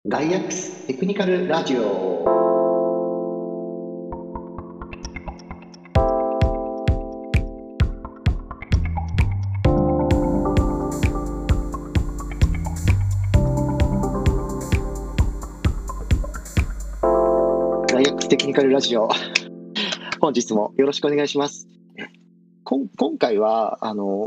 ガイアックステクニカルラジオ。ガイアックステクニカルラジオ。本日もよろしくお願いします。今回は、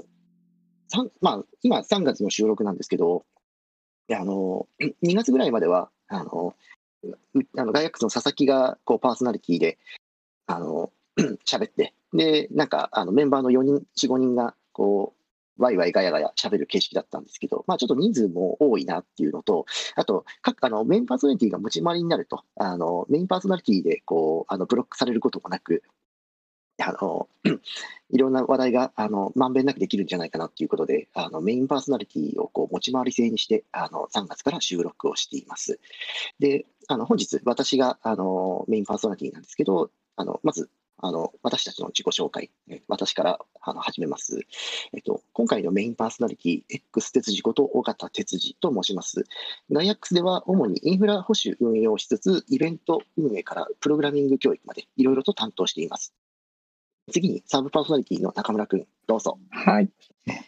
今3月の収録なんですけど、2月ぐらいまでは、ガイアックスの佐々木がパーソナリティで、喋って、で、メンバーの4人、4、5人が、ワイワイガヤガヤ喋る形式だったんですけど、ちょっと人数も多いなっていうのと、あと、メインパーソナリティが持ち回りになると、メインパーソナリティで、ブロックされることもなく、あの、いろんな話題が、まんべんなくできるんじゃないかなっていうことで、メインパーソナリティを持ち回り制にして、3月から収録をしています。で、本日、私が、メインパーソナリティなんですけど、まず、私たちの自己紹介、私から始めます。今回のメインパーソナリティ、X 哲司こと尾形哲司と申します。ガイアックスでは主にインフラ保守運用しつつ、イベント運営からプログラミング教育までいろいろと担当しています。次にサブパーソナリティの中村くん、どうぞ。 はい。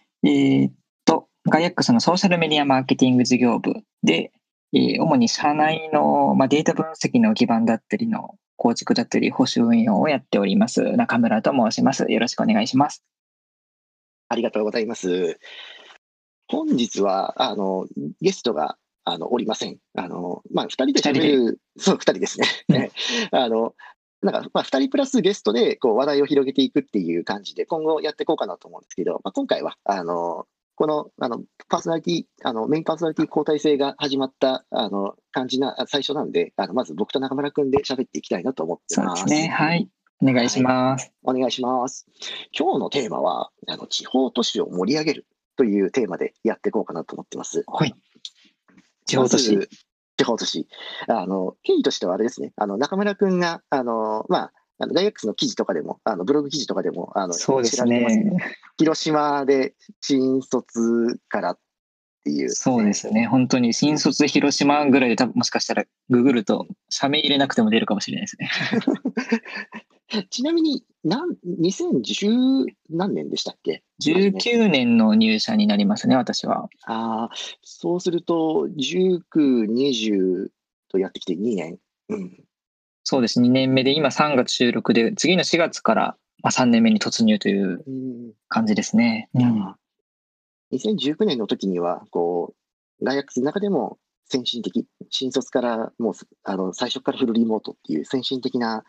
ガイアックスのソーシャルメディアマーケティング事業部で、主に社内の、データ分析の基盤だったりの構築だったり保守運用をやっております中村と申します。よろしくお願いします。 ありがとうございます。本日はゲストがおりません。2人で喋る、そう、2人ですね。2人プラスゲストで話題を広げていくっていう感じで今後やっていこうかなと思うんですけど、今回はこのパーソナリティメインパーソナリティ交代制が始まった感じな最初なんで、まず僕と中村くんで喋っていきたいなと思ってます。 そうですね。はい。お願いします。 はい、お願いします。今日のテーマは地方都市を盛り上げるというテーマでやっていこうかなと思ってます。 はい。地方都市。 まず地方都市。経緯としてはあれですね。中村くんが、大学の記事とかでも、ブログ記事とかでも、 そうですね。 広島で新卒からっていう、 そうですね。本当に新卒広島ぐらいで多分もしかしたらググると社名入れなくても出るかもしれないですね。 ちなみに2010何年でしたっけ ？19年の入社になりますね、私は。 そうすると、19、20とやってきて2年。 そうです、2年目で、今3月収録で、次の4月から3年目に突入という感じですね。 2019年の時には、ガイアックスの中でも先進的、新卒からもう最初からフルリモートっていう先進的な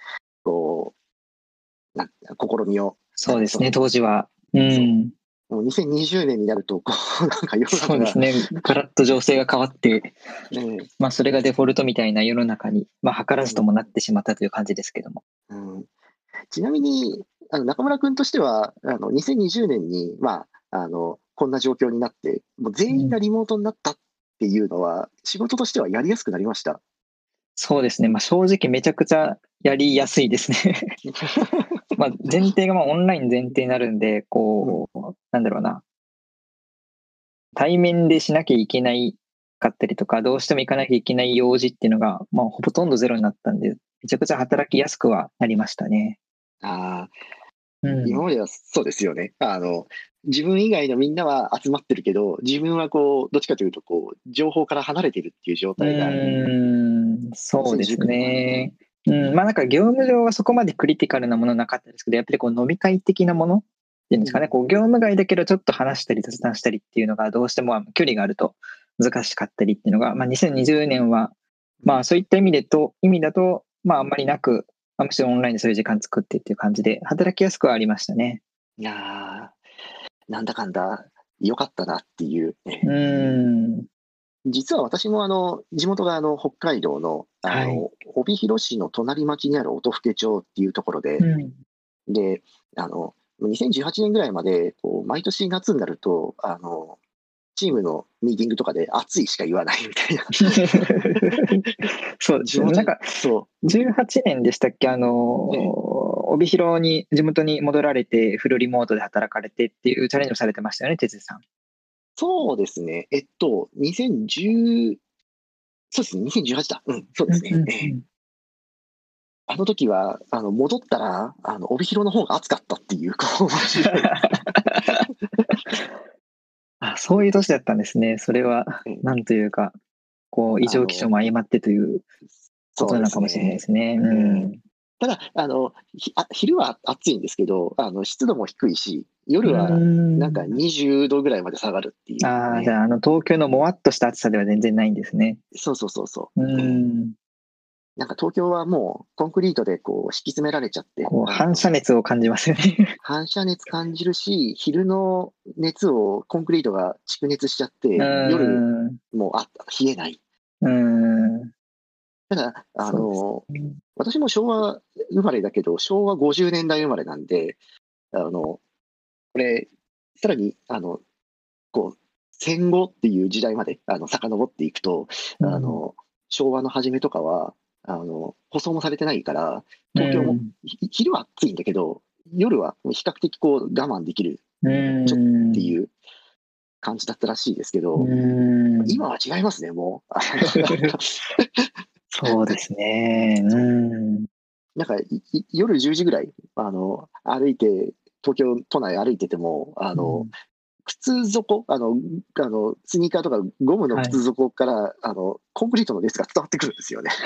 試みを。 そうですね、当時は。 もう2020年になると、世の中が。 そうですね、ガラッと情勢が変わって、それがデフォルトみたいな世の中に、図らずともなってしまったという感じですけども。 ちなみに、中村君としては、2020年に、こんな状況になって、もう全員がリモートになったっていうのは、仕事としてはやりやすくなりました？ そうですね、正直めちゃくちゃやりやすいですね。前提がオンライン前提になるんで、なんだろうな。対面でしなきゃいけないかったりとか、どうしても行かなきゃいけない用事っていうのが、ほとんどゼロになったんで、めちゃくちゃ働きやすくはなりましたね。 今まではそうですよね。自分以外のみんなは集まってるけど、自分はどっちかというと情報から離れてるっていう状態が。 そうですね。業務上はそこまでクリティカルなものなかったですけど、やっぱり飲み会的なものっていうんですかね、業務外だけどちょっと話したり雑談したりっていうのがどうしても距離があると難しかったりっていうのが、2020年はそういった意味だとあんまりなく、むしろオンラインでそういう時間作ってっていう感じで働きやすくはありましたね。 いやなんだかんだ良かったなっていう、実は私も地元が北海道の帯広市の隣町にある音更町っていうところで、で2018年ぐらいまで毎年夏になるとチームのミーティングとかで暑いしか言わないみたいな。 そうですね。18年でしたっけ、帯広に地元に戻られてフルリモートで働かれてっていうチャレンジをされてましたよね、哲司さん。 そうですね。2010 そうですね、2018だ。そうですね。 うんうんうん。 あの時は、戻ったら、帯広の方が暑かったっていう、面白い。 あ、そういう年だったんですね。それは、 えなんというか、こう異常気象も相まってということそうでなのかもしれないですね。 すね。うええ。 ん。 ただ、昼は暑いんですけど、湿度も低いし、 うー夜はなんかん。 20度ぐらいまで下がるっていう。 ああ、じゃあ、東京のもわっとした暑さでは全然ないんですね。 そうそうそうそうーう。 ん。 なんか東京はもうコンクリートでこう敷き詰められちゃって、 こう反射熱を感じますよね。 反射熱感じるし、昼の熱をコンクリートが蓄熱しちゃっうーて、夜ん。 も冷えない。 うーん。 ただ、 そうですね。 私も昭和生まれだけど、昭和50年代生まれなんで、これ、さらに、こう、戦後っていう時代まで、遡っていくと、 うん。 昭和の初めとかは、舗装もされてないから、 う東京も、 ん。 昼は暑いんだけど、夜は比較的こう我慢できる、 うちょっとってん。 いう感じだったらしいですけうど、 ん。 今は違いますね、もう。なんか、 そうですね。 そう。 うん。 なんか夜10時ぐらい、歩いて、東京都内歩いてても、 うん。 靴底、スニーカーとかゴムのはい。 靴底から、コンクリートの熱が伝わってくるんですよね。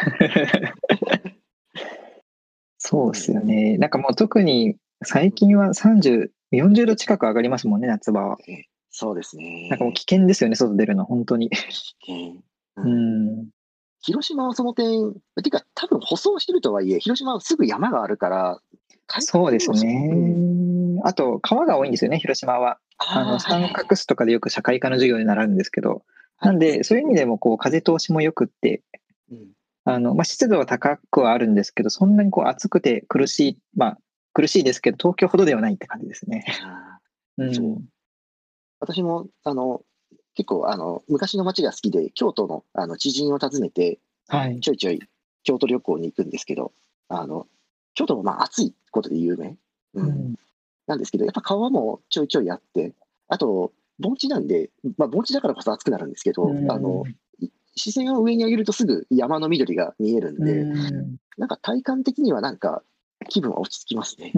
そうですうん、 よね。なんかもう特に最近は30、40度近く上がりますもんね、夏場は。 そうですなんかもう危ね。 険ですよね、外出るの、本当に。 ううん、 ん。 広島はその点、てか多分舗装してるとはいえ、広島はすぐ山があるから、体感そうで的にもすね。あと、川が多いんですよね、広島は。 はいはいはい。 三角州とかでよく社会科の授業で習うんですけど。なんで、 ありますね。 そういう意味でもこう風通しも良くって、 うん。 湿度は高くはあるんですけど、そんなにこう暑くて苦しい、苦しいですけど、東京ほどではないって感じですね。 ああ、 うそう。 ん。 私も、結構、昔の街が好きで、京都の、知人を訪ねて、 はい。 ちょいちょい京都旅行に行くんですけど、あの、京都もまあ暑いことで有名。うん。 うん。 なんですけど、やっぱ川もちょいちょいあって、あと、盆地なんで、まあ盆地だからこそ暑くなるんですけうど、 ん。 視線を上に上げるとすぐ山の緑が見えるんうで、 ん。 なんか体感的にはなんか気分は落ち着きますね。 うん。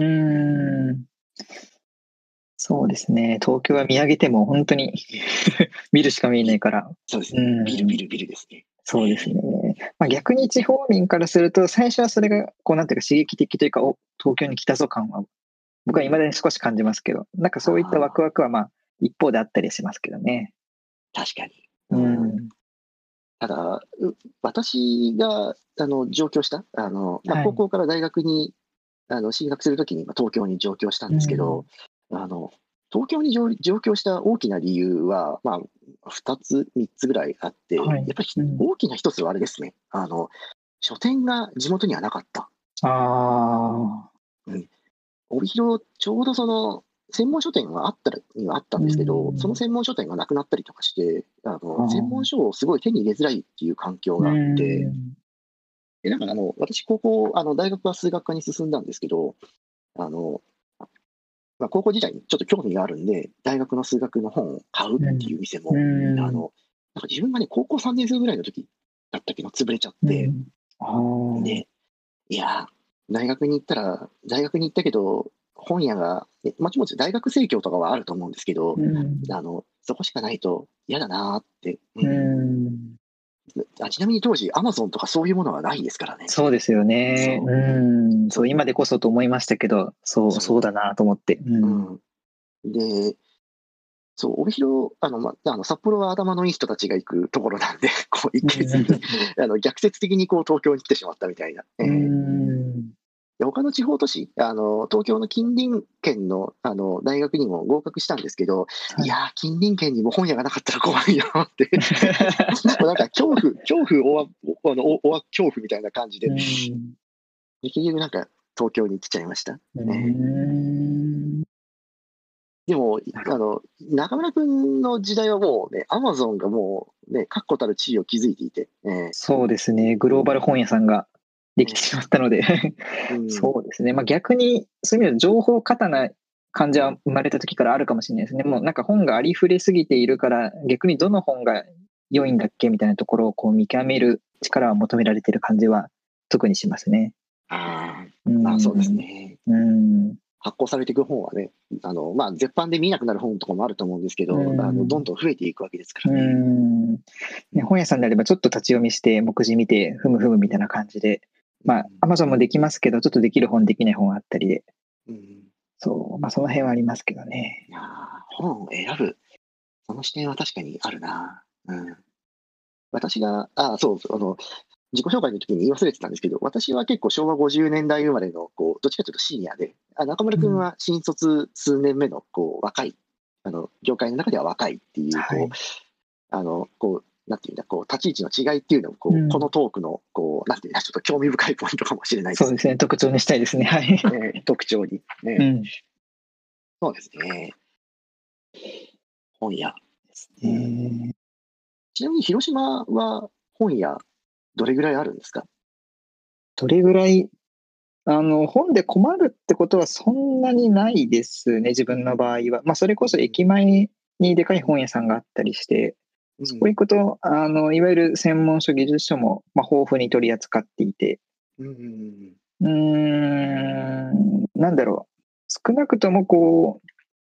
そうですね。東京は見上げても本当にうん。 見るしか見えないから。 そうですうね。ビルビん。 ルビルですね。 そうですね。逆に地方民からすると、最初はそれが、こう、なんていうか、刺激的というか、東京に来たぞ感は、僕は未だに少し感じますけど、なんかそういったワクああ、 ワクは、一方であったりしますけどね。 確かに。 ううん。 ん。 ただ、私が、上京した、高はい。 校から大学に、進学するときに、東京に上京したんうですけど、 ん。 あの、東京に上京した大きな理由は、2つ、3つぐらいあって、 はい。 やっぱりうん。 大きな一つはあれですね。書店が地元にはなかった。 ああ。 うん。帯広、ちょうどその、専門書店はあったらにはあったんうですけど、そのん。 専門書店がなくなったりとかして、 ああ。 専門書をすごい手に入れづらいっていう環境うがあって、 ん。 で、なんか私、大学は数学科に進んだんですけど、あの、高校時代にちょっと興味があるんで、大学の数学の本を買うってうん。 いう店うも、 ん。 なんか自分がね、高校3年生ぐらいの時だったけど、潰れちゃって、 うん。ああ。 で、いや大学に行ったけど、本屋が、もちろん大学生協とかはあると思うんですけど、 うん。 そこしかないと嫌だなーって、 うん。 ちなみに当時、アマゾンとかそういうものはないですからね。 そうですよね。 そう、 うん。そう、 そう、 今でこそと思いましたけど、そうそだなと思って。うう、 ん。 で、そう、帯広、札幌は頭のいい人たちが行くところなんで、こう、行うけずに、 ん。 逆説的にこう、東京に来てしまったみたいな。 うん。 で他の地方都市、東京の近隣県の、大学にも合格したんですけど、いはい。 やー、近隣県にも本屋がなかったら怖いよって、もうなんか恐怖、恐怖みたいな感じうで、 ん。 結局なんか東京に来ちゃいました。 うん。 でも、 なるほど。 中村君の時代はもうね、アマゾンがもうね、確固たる地位を築いていて、 そうですね。グローバル本屋さんができてしえまったのでうん、 そうですね。逆に、そういう意味で情報過多な感じは生まれた時からあるかもしれないですね。もうなんか本がありふれすぎているから、逆にどの本が良いんだっけみたいなところをこう見極める力は求められている感じは特にしますね。 そうですね。発行されていく本はね、絶版で見なくなる本とかもあると思うんですけど、どんどん増えていくわけですからね。 本屋さんであればちょっと立ち読みして目次見てふむふむみたいな感じで、Amazon もできますけど、ちょっとできる本できない本あったりで、そう、その辺はありますけどね。 本を選ぶ、その視点は確かにあるな。私が、自己紹介の時に言い忘れてたんですけど、私は結構昭和50年代生まれの、どっちかというとシニアで、中村君は新卒数年目の、若い、業界の中では若いっていう、なんていうんだ、立ち位置の違いっていうのを、このトークの、なんていうんだ、ちょっと興味深いポイントかもしれないです。 そうですね、特徴にしたいですね。はい。 特徴に。そうですね。本屋。ちなみに広島は本屋、どれぐらいあるんですか？ どれぐらい、本で困るってことはそんなにないですね、自分の場合は。それこそ駅前にでかい本屋さんがあったりして、そこ行くと、いわゆる専門書、技術書も、豊富に取り扱っていて、なんだろう、少なくとも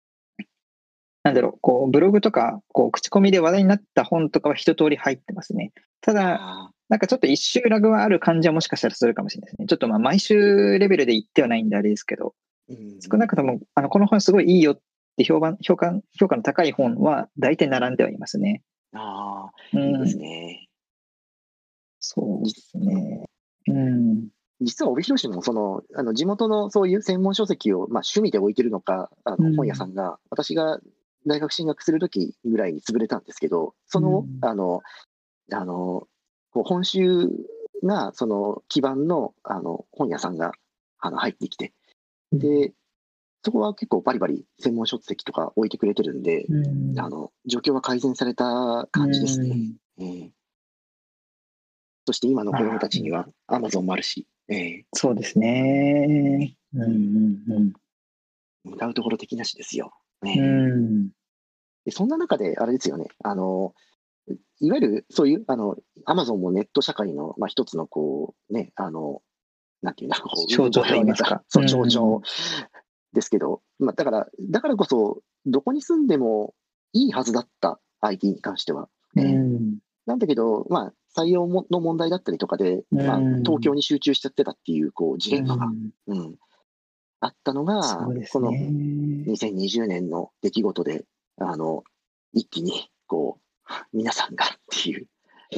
ブログとか、口コミで話題になった本とかは一通り入ってますね。ただ、なんかちょっと一周ラグはある感じはもしかしたらするかもしれないですね。ちょっと毎週レベルで言ってはないんであれですけど、少なくとも、この本すごいいいよって評価の高い本は大体並んではいますね。 いいですね。 そうですね。 実は帯広市も地元のそういう専門書籍を趣味で置いてるのか、本屋さんが、私が大学進学するときぐらいに潰れたんですけど、その、本州がその基盤の本屋さんが入ってきて、で、そこは結構バリバリ専門書籍とか置いてくれてるんで、状況は改善された感じですね。そして今の子供たちには Amazon もあるし、 そうですね。 向かうところ敵なしですよ。でそんな中で、あれですよね、いわゆるそういうAmazon もネット社会の一つのなんていうんだ、 象徴と言いますか。 象徴ですけど、だからこそ、どこに住んでもいいはずだった IT に関しては。なんだけど、採用の問題だったりとかで、東京に集中しちゃってたっていう、ジレンマが、あったのが、この2020年の出来事で、一気に、皆さんがっていう。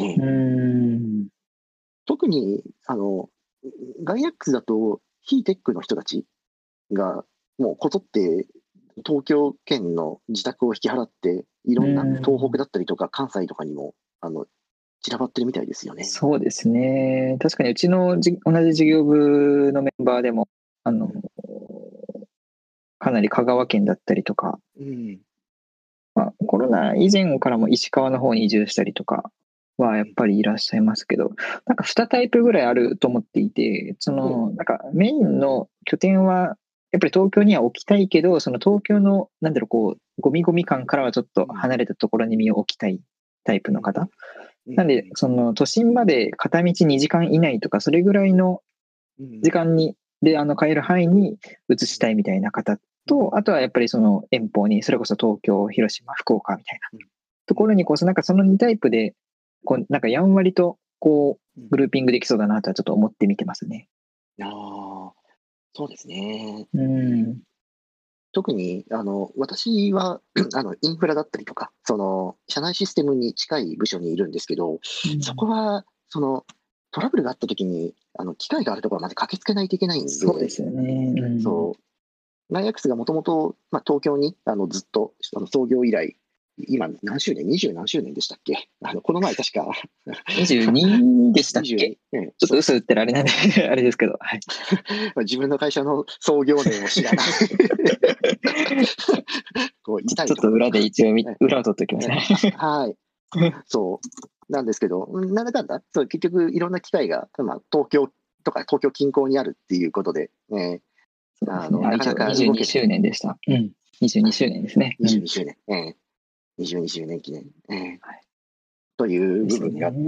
特に、ガイナックスだと、非テックの人たちが、もうこぞって東京圏の自宅を引き払って、いろんな東北だったりとか関西とかにも散らばってるみたいですよね。 そうですね。確かにうちの同じ事業部のメンバーでも、かなり香川県だったりとか、コロナ以前からも石川の方に移住したりとかはやっぱりいらっしゃいますけど、なんか2タイプぐらいあると思っていて、なんかメインの拠点はやっぱり東京には置きたいけど、その東京のゴミゴミ感からはちょっと離れたところに身を置きたいタイプの方。なんで、都心まで片道2時間以内とか、それぐらいの時間で買える範囲に移したいみたいな方と、あとはやっぱり遠方に、それこそ東京、広島、福岡みたいなところになんかその2タイプで、なんかやんわりとグルーピングできそうだなとはちょっと思って見てますね。 そうですね。特に私はインフラだったりとか、社内システムに近い部署にいるんですけど、そこはトラブルがあったときに機械があるところまで駆けつけないといけないんで、 そうですよね。 ガイアックスがもともと東京にずっと創業以来、今何周年 ?20 何周年でしたっけ？この前確か 22でしたっけ？ちょっと嘘言ってられないあれですけど、はい、 自分の会社の創業年を知らないちょっと裏で一応裏を取っておきますね。 はい。そうなんですけど、なんだかんだ結局いろんな機会が、東京とか東京近郊にあるっていうことで、 なかなか22周年でした。22周年ですね。 22周年。22周年記念。 という部分があって。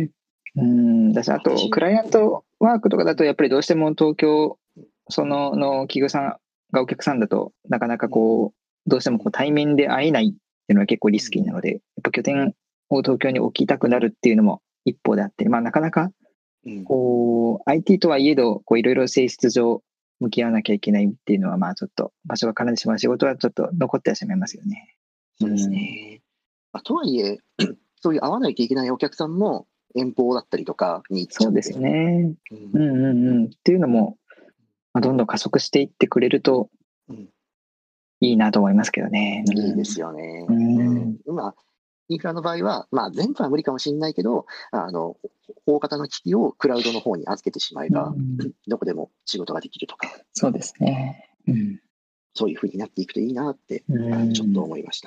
私、あと、クライアントワークとかだと、やっぱりどうしても東京、の企業さんがお客さんだと、なかなかこう、どうしてもこう対面で会えないっていうのは結構リスキーなので、やっぱ拠点を東京に置きたくなるっていうのも一方であって、まあなかなか、こう、IT とはいえど、こういろいろ性質上向き合わなきゃいけないっていうのは、まあちょっと場所が絡んでしまう仕事はちょっと残ってはしまいますよね。 そうですね。とはいえ、そういう会わないといけないお客さんも遠方だったりとかに行っちゃって。 そうですね。っていうのも、まあ、どんどん加速していってくれるといいなと思いますけどね。 いいですよね。今、インフラの場合は、まあ、全部は無理かもしれないけど、大型の機器をクラウドの方に預けてしまえば、どこでも仕事ができるとか。 そうですね。 そういうふうになっていくといいなって、ちょっと思いました。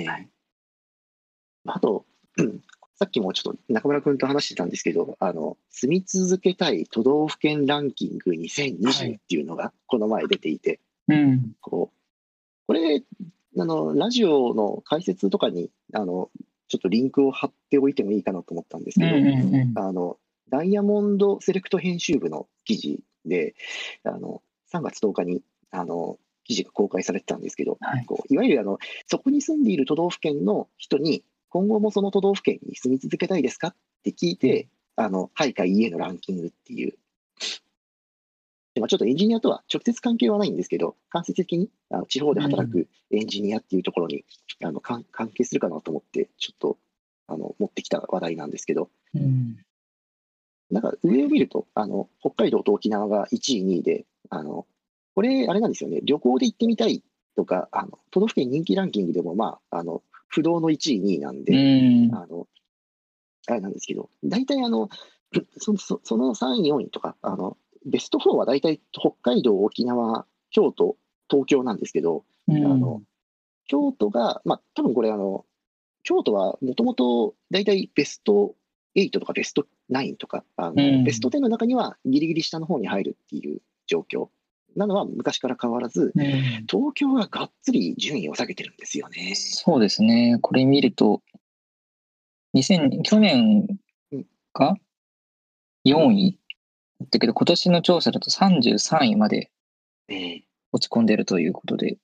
あと、さっきもちょっと中村君と話してたんですけど、住み続けたい都道府県ランキング2020っていうのがこの前出ていて、これ、ラジオの解説とかに、ちょっとリンクを貼っておいてもいいかなと思ったんですけど、ダイヤモンドセレクト編集部の記事で、3月10日に、記事が公開されてたんですけど、いわゆるそこに住んでいる都道府県の人に、今後もその都道府県に住み続けたいですかって聞いて、はいかいいえのランキングっていう。ちょっとエンジニアとは直接関係はないんですけど、間接的に地方で働くエンジニアっていうところに関係するかなと思って、ちょっと持ってきた話題なんですけど、なんか上を見ると、北海道と沖縄が1位、2位で、これ、あれなんですよね、旅行で行ってみたいとか、都道府県人気ランキングでも、まあ、不動の1位、2位なんで、あれなんですけど、大体その3位、4位とか、ベスト4は大体北海道、沖縄、京都、東京なんですけど、京都が、まあ、多分これ京都はもともと大体ベスト8とかベスト9とか、ベスト10の中にはギリギリ下の方に入るっていう状況なのは昔から変わらず、東京ががっつり順位を下げてるんですよね。 そうですね。これ見ると、去年が4位だけど、今年の調査だと33位まで落ち込んでるということで。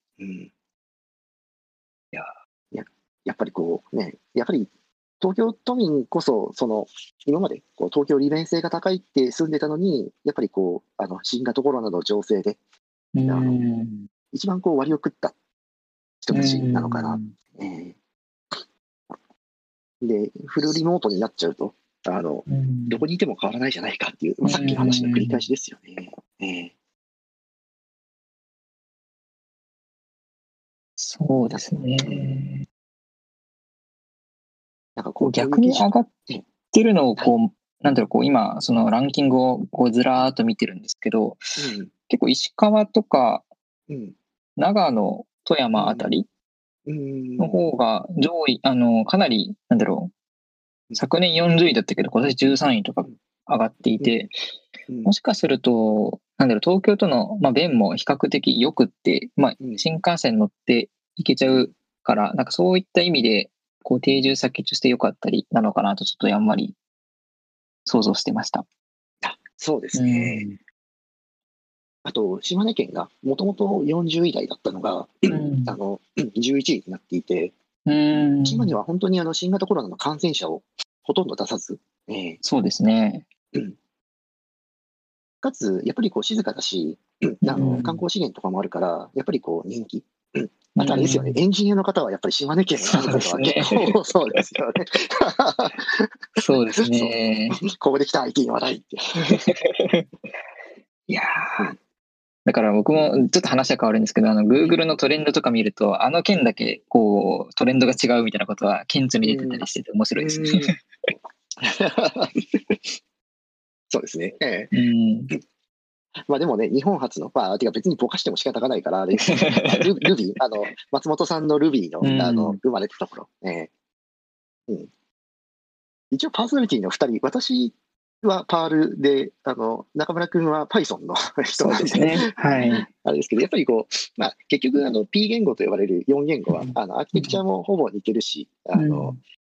やっぱりこうね、やっぱり東京都民こそ、今まで東京利便性が高いって住んでたのに、やっぱり新型コロナの情勢で、一番割を食った人たちなのかな。で、フルリモートになっちゃうと、どこにいても変わらないじゃないかっていう、さっきの話の繰り返しですよね。 そうですね。なんか逆に上がってるのをなんだろう、今、そのランキングをずらーっと見てるんですけど、結構石川とか、長野、富山あたりの方が上位、かなり、なんだろう、昨年40位だったけど、今年13位とか上がっていて、もしかすると、なんだろう、東京との、便も比較的良くって、新幹線乗って行けちゃうから、なんかそういった意味で、定住先として良かったりなのかなと、ちょっとやんまり想像してました。 そうですね。あと、島根県がもともと40位台だったのが、11位になっていて、島根は本当に新型コロナの感染者をほとんど出さず、 そうですね。 かつ、やっぱり静かだし、観光資源とかもあるから、やっぱり人気。あとあれですよね、エンジニアの方はやっぱり島根県の方は結構そうですよね。 そうですね。 ここで来た IT の話題って。 いやだから僕もちょっと話は変わるんですけど、Google のトレンドとか見ると、県だけトレンドが違うみたいなことは顕著に出てたりしてて面白いですね。 そうですね。でもね、日本初の、てか別にぼかしても仕方がないから、ルビー、松本さんのルビーの、生まれたところ。一応パーソナリティの2人、私はパールで、中村君は Python の人なんで、あれですけど、やっぱり結局P 言語と呼ばれる4言語は、アーキテクチャもほぼ似てるし、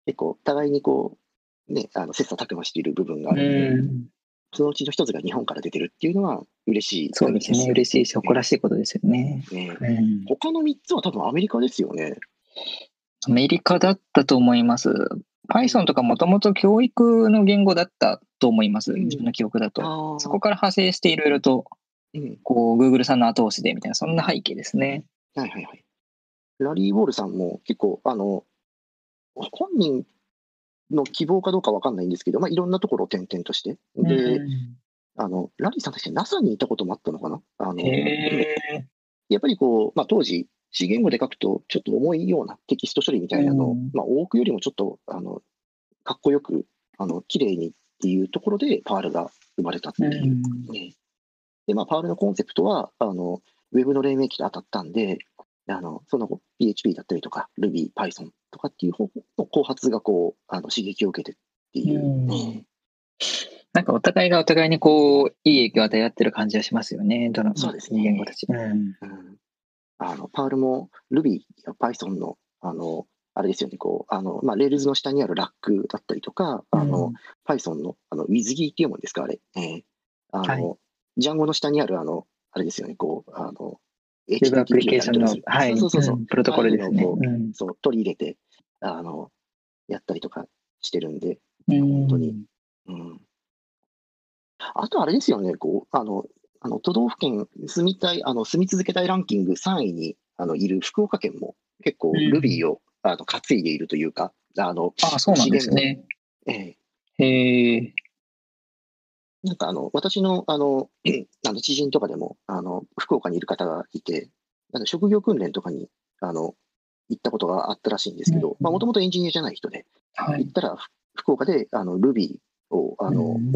結構互いにこう、ね、切磋琢磨している部分があうるんで、 ん。 そのうちの一つが日本から出てるっていうのは嬉しいそうですね。 限りです。 嬉しいし、誇らしいことですよね。 ね、 うん。 他の3つは多分アメリカですよね。 アメリカだったと思います。Python とかもともと教育の言語だったと思います。 うん。 自分の記憶だと。そこああ、 から派生していろいろと、 うん。 こう、Google さんの後押しでみたいな、そんな背景ですね。 はいはいはい。ラリー・ウォールさんも結構、本人の希望かどうかわかんないんですけど、まあ、いろんなところを転々として、 うで、 ん。 ラリーさん確か NASA にいたこともあったのかな。 へえ。 やっぱりこう、まあ、当時、C 言語で書くと、ちょっと重いようなテキスト処理みたういなのを、 ん。 まあ、多くよりもちょっと、かっこよく、綺麗にっていうところで、パールが生まれたっうていう。 ん。 ね、で、まあ、パールのコンセプトは、ウェブの黎明期で当たったんで、その後、PHP だったりとか、Ruby、Python とかっていう方の後発がこう、刺激を受けてってういう、 ん。なんかお互いがお互いにこう、いい影響を与え合ってる感じがしますよね。どのそうです言語たね。 ち。うん。 うん、パールも Ruby や Python の、あれですよね、こう、まあ、Rails の下にあるラックだったりとか、 うん。 Python の、WithGi って読むんですか、あれ。あはい。 の、ジャンゴの下にある、あれですよね、こう、 ウェブアプリ HTTP をケーションの、 やり取りする。 はい、 そうそうそうそう。 うん、プロトああいうコルですね。 のをこう、 うん。 そう、取り入れて、あの、やったりとかしてるんで、 う本当に。 ん。 うん。あとあれですよね、こう、都道府県住みたい、住み続けたいランキング3位に、いる福岡県も結構うん。 Ruby を、担いでいるというか、 ああ、そうなん資源も、 ですね。 ええ、 へえ。 なんか私の、知人とかでも、福岡にいる方がいて、職業訓練とかに、行ったことがあったらしいんですうん。 けど、まあ、もともとエンジニアじゃない人で、 はい。 行ったら、福岡で、Ruby を、 うん。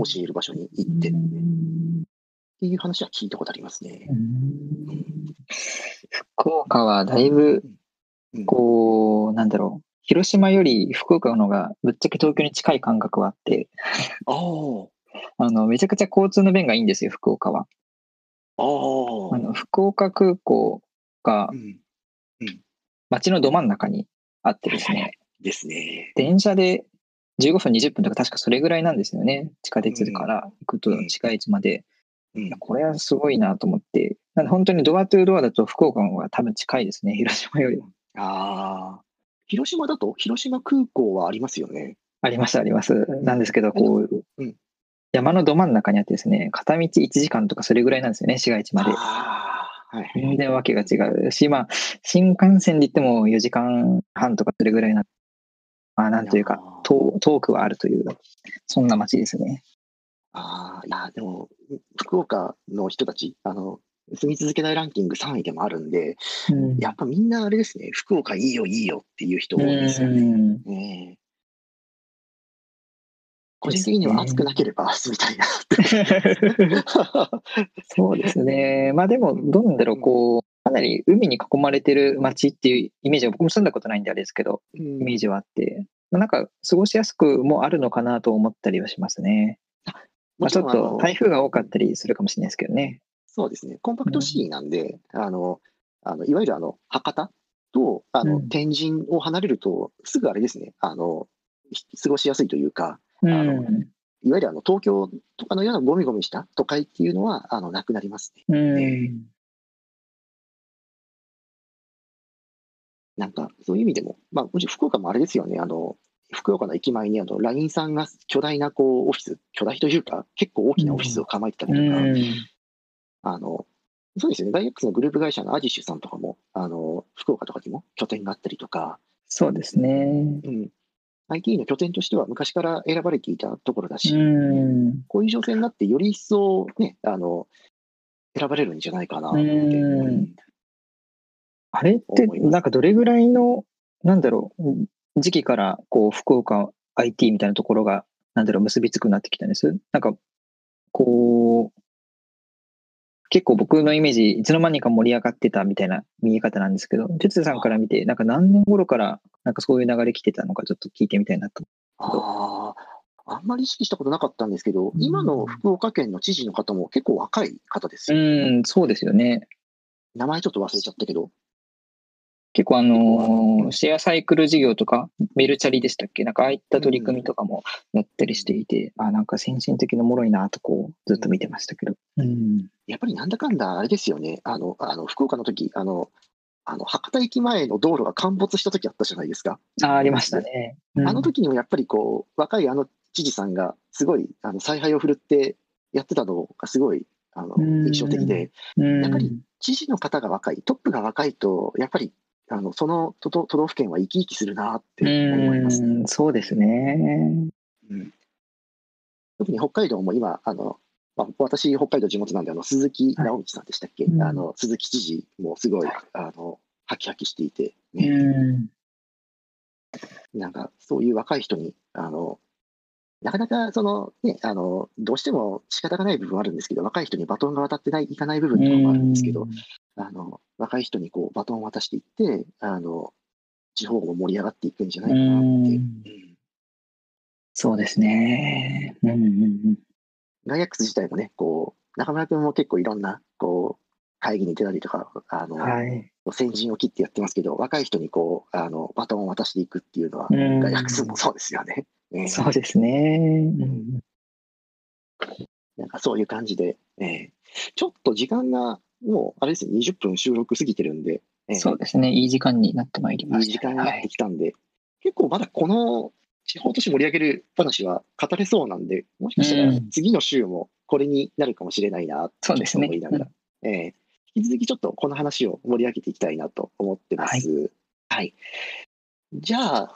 教える場所に行うってっん。 ていう話は聞いたことありますね。 ううん。 ん。福岡はだいぶ、 うん。うん。 こう、なんだろう。広島より福岡の方がぶっちゃけ東京に近い感覚はあって、 ああ、 めちゃくちゃ交通の便がいいんですよ、福岡は。 ああ、 福岡空港がうん、うん。 街のど真ん中にあってはいはいはい。 ですね、 ですね。 電車で15分、20分とか確かそれぐらいなんですよね。地下うん、 鉄から行くうん、 と近い位置まで。いや、 うん。 これはすごいなと思って。なんで本当にドアトゥードアだと福岡の方が多分近いですね、広島よりは。 ああ、広島だと、広島空港はありますよね。 あります、あります。 うん。 なんですけど、 でも、 こう、 うん。 山のど真ん中にあってですね、片道1時間とかそれぐらいなんですよね、市街地まで。 ああ、はいはいはい。 全然わけがうん、 違うし、まあ、新幹線で行っても4時間半とかそれぐらいな、まあ、なんというか、 あ遠くはあるという、そんな街ですね。 あ、いや、でも、福岡の人たち、住み続けないランキング3位でもあるんで、 うん。 やっぱみんなあれですね、福岡いいよいいよっていう人う多いですよね。 ん。 ええ、個で人的にはすね。 暑くなければ住みたいなって思ってます。 そうですね。まあでも、 うん、 どうなんだろう、 うん、 こう、かなり海に囲まれてる街っていうイメージは、僕も住んだことないんであれですけど、 うん。 イメージはあって、まあなんか過ごしやすくもあるのかなと思ったりはしますね。まあちょっもちろん、 と台風が多かうん、 ったりするかもしれないですけどね。 そうですね、コンパクトシうん。 ティなんで、いわゆる博多と、 うん。 天神を離れると、すぐあれですね、過ごしやすいというか、 うあの、 ん。 いわゆる東京とかのようなゴミゴミした都会っていうのは、なくなりますね。 うええ、 ん。 なんか、そういう意味でも、まあ、もちろん福岡もあれですよね、福岡の駅前にLINE さんが巨大なこうオフィス、巨大というか、結構大きなオフィスを構えてたりうとか、 ん。 あの、そうですよね、大学のグループ会社のアディッシュさんとかも、福岡とかにも拠点があったりとか、 そうですね。 うん、IT の拠点としては昔から選ばれていたところだうし、 ん。 こういう情勢になってより一層ね、選ばれるんじゃないかうなって、うん。 ん、 あれって、 思います。 なんかどれぐらいの、なんだろう、時期から、こう、福岡 IT みたいなところが、なんだろう、結びつくなってきたんです。なんか、こう、結構僕のイメージ、いつの間にか盛り上がってたみたいな見え方なんですけど、哲也さんから見て、なんか何年頃から、なんかそういう流れ来てたのか、ちょっと聞いてみたいなと思うああ、あんまり意識したことなかったんですけど、 けど。 今の福岡県の知事の方も結構若い方ですよね。 うん、そうですよね。 名前ちょっと忘れちゃったけど。 結構シェアサイクル事業とか、メルチャリでしたっけ、なんかああいった取り組みとかもやったりしていて、なんか先進的なもろいなとこう、ずっと見てましたけど。 やっぱりなんだかんだあれですよね。福岡の時、博多駅前の道路が陥没した時あったじゃないですか。 ありましたね。 あの時にもやっぱりこう、若い知事さんがすごい、采配を振るってやってたのがすごい、印象的で、やっぱり知事の方が若い、トップが若いと、やっぱり、その都道府県は生き生きするなって思います。 そうですね。 特に北海道も今、私、北海道地元なんで、鈴木直道さんでしたっけ、鈴木知事もすごい、ハキハキしていて、ね、なんかそういう若い人に、なかなかね、どうしても仕方がない部分はあるんですけど、若い人にバトンが渡っていかない部分とかもあるんですけど、若い人にこうバトンを渡していって、地方も盛り上がっていくんじゃないかなって。 そうですね。 ガイアックス自体もね、こう、中村君も結構いろんな、こう、会議に出たりとか、先陣を切ってやってますけど、若い人にこう、バトンを渡していくっていうのは、ガイアックスもそうですよね。 そうですね。 なんかそういう感じで、ちょっと時間がもう、あれですね、20分収録過ぎてるんで、 そうですね、いい時間になってまいりました、 いい時間になってきたんで、結構まだこの地方都市盛り上げる話は語れそうなんで、もしかしたら次の週もこれになるかもしれないなと思いながら、引き続きちょっとこの話を盛り上げていきたいなと思ってます。はい。じゃあ、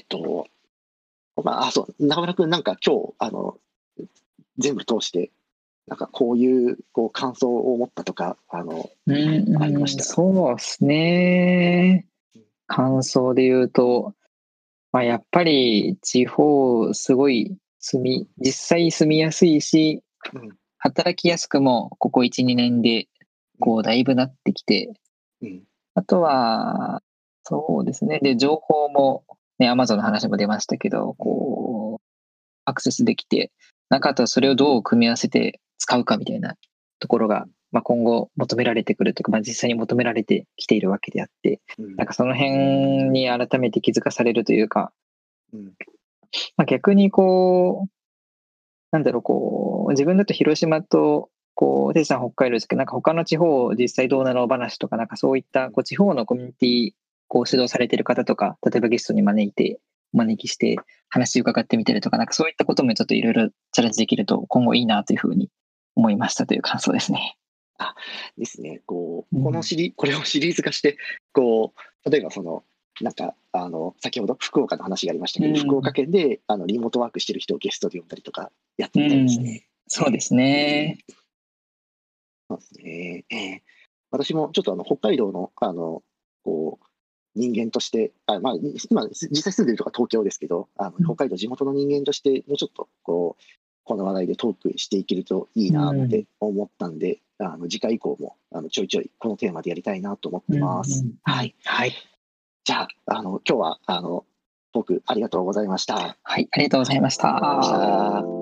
そう、中村君なんか今日、全部通して、なんかこういう感想を持ったとか、ありました？ そうですね。感想で言うと、やっぱり地方すごい実際住みやすいし、働きやすくもここ1、2年でこうだいぶなってきて、あとは、そうですね。で、情報もね、Amazon の話も出ましたけど、こう、アクセスできて、なんかあとはそれをどう組み合わせて使うかみたいなところが、今後求められてくるというか、実際に求められてきているわけであって、なんかその辺に改めて気づかされるというか、逆にこう、なんだろう、こう、自分だと広島と、こう、テイさん北海道ですけど、なんか他の地方実際どうなの話とか、なんかそういったこう地方のコミュニティ、こう指導されている方とか、例えばゲストにお招きして話伺ってみたりとか、なんかそういったこともちょっといろいろチャレンジできると今後いいなというふうに思いましたという感想ですね。 ですね。これをシリーズ化して、こう、例えばなんか、先ほど福岡の話がありましたけど、福岡県でリモートワークしてる人をゲストで呼んだりとかやってみたいですね。 そうですね。 そうですね。私もちょっと北海道の、こう、人間として、今、実際住んでるとか東京ですけど、北海道地元の人間として、もうちょっと、この話題でトークしていけるといいなって思ったんで、次回以降も、ちょいちょいこのテーマでやりたいなと思ってます。はい。じゃあ、今日は、トークありがとうございました。 はい、ありがとうございました。